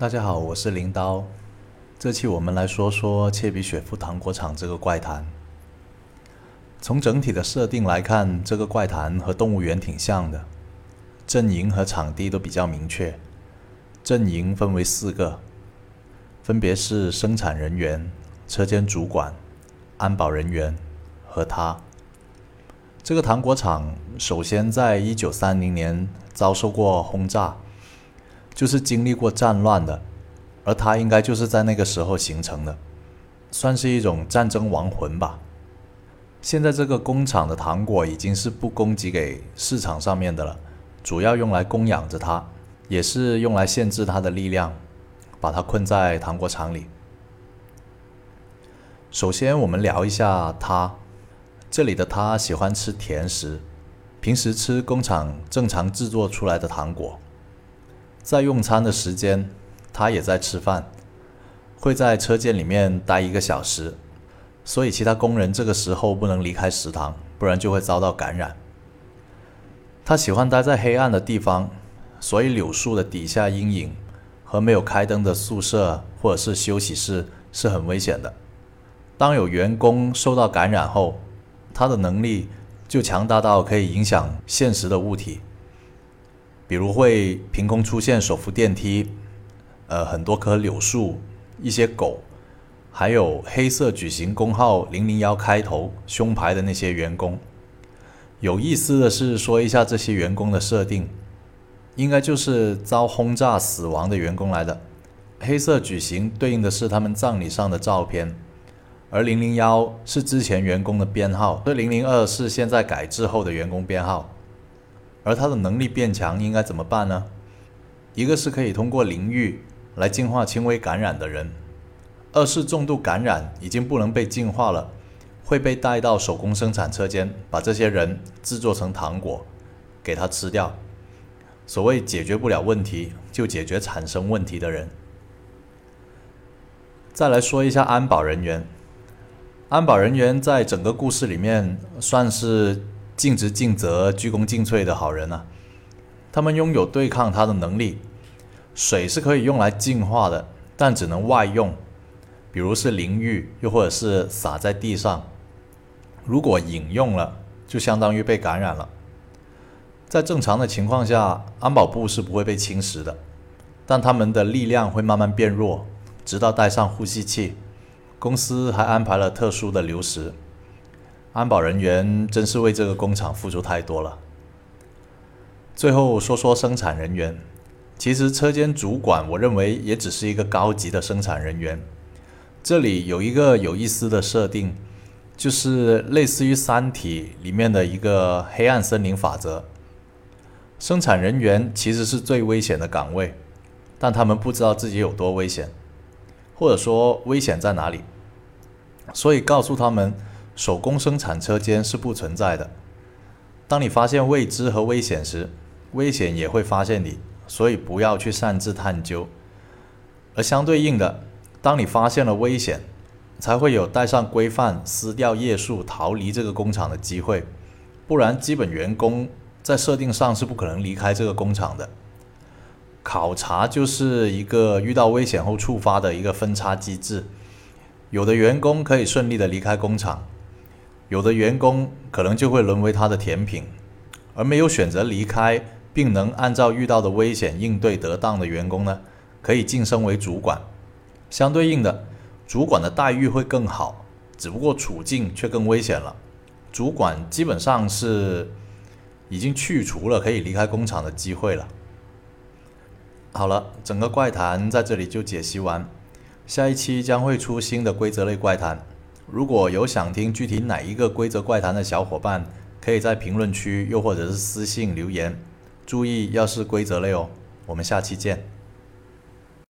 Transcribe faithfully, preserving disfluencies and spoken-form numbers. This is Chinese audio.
大家好，我是林刀。这期我们来说说切比雪夫糖果厂这个怪谈。从整体的设定来看，这个怪谈和动物园挺像的，阵营和场地都比较明确。阵营分为四个，分别是生产人员、车间主管、安保人员和他。这个糖果厂首先在一九三零年遭受过轰炸，就是经历过战乱的，而它应该就是在那个时候形成的，算是一种战争亡魂吧。现在这个工厂的糖果已经是不供给给市场上面的了，主要用来供养着它，也是用来限制它的力量，把它困在糖果厂里。首先我们聊一下它，这里的它喜欢吃甜食，平时吃工厂正常制作出来的糖果，在用餐的时间他也在吃饭，会在车间里面待一个小时，所以其他工人这个时候不能离开食堂，不然就会遭到感染。他喜欢待在黑暗的地方，所以柳树的底下阴影和没有开灯的宿舍或者是休息室是很危险的。当有员工受到感染后，他的能力就强大到可以影响现实的物体，比如会凭空出现手扶电梯，呃，很多棵柳树，一些狗，还有黑色矩形工号零零一开头胸牌的那些员工。有意思的是说一下这些员工的设定，应该就是遭轰炸死亡的员工来的。黑色矩形对应的是他们葬礼上的照片，而零零一是之前员工的编号，而零零二是现在改制后的员工编号。而他的能力变强应该怎么办呢？一个是可以通过淋浴来净化轻微感染的人，二是重度感染已经不能被净化了，会被带到手工生产车间，把这些人制作成糖果给他吃掉。所谓解决不了问题，就解决产生问题的人。再来说一下安保人员。安保人员在整个故事里面算是尽职尽责、鞠躬尽瘁的好人啊。他们拥有对抗它的能力。水是可以用来净化的，但只能外用，比如是淋浴，又或者是洒在地上。如果饮用了，就相当于被感染了。在正常的情况下，安保部是不会被侵蚀的，但他们的力量会慢慢变弱，直到带上呼吸器。公司还安排了特殊的流食。安保人员真是为这个工厂付出太多了。最后说说生产人员，其实车间主管我认为也只是一个高级的生产人员。这里有一个有意思的设定，就是类似于三体里面的一个黑暗森林法则。生产人员其实是最危险的岗位，但他们不知道自己有多危险，或者说危险在哪里，所以告诉他们手工生产车间是不存在的。当你发现未知和危险时，危险也会发现你，所以不要去擅自探究。而相对应的，当你发现了危险，才会有带上规范撕掉叶树逃离这个工厂的机会，不然基本员工在设定上是不可能离开这个工厂的。考察就是一个遇到危险后触发的一个分叉机制，有的员工可以顺利的离开工厂，有的员工可能就会沦为他的甜品，而没有选择离开并能按照遇到的危险应对得当的员工呢，可以晋升为主管。相对应的，主管的待遇会更好，只不过处境却更危险了。主管基本上是已经去除了可以离开工厂的机会了。好了，整个怪谈在这里就解析完，下一期将会出新的规则类怪谈。如果有想听具体哪一个规则怪谈的小伙伴，可以在评论区又或者是私信留言，注意要是规则类哦。我们下期见。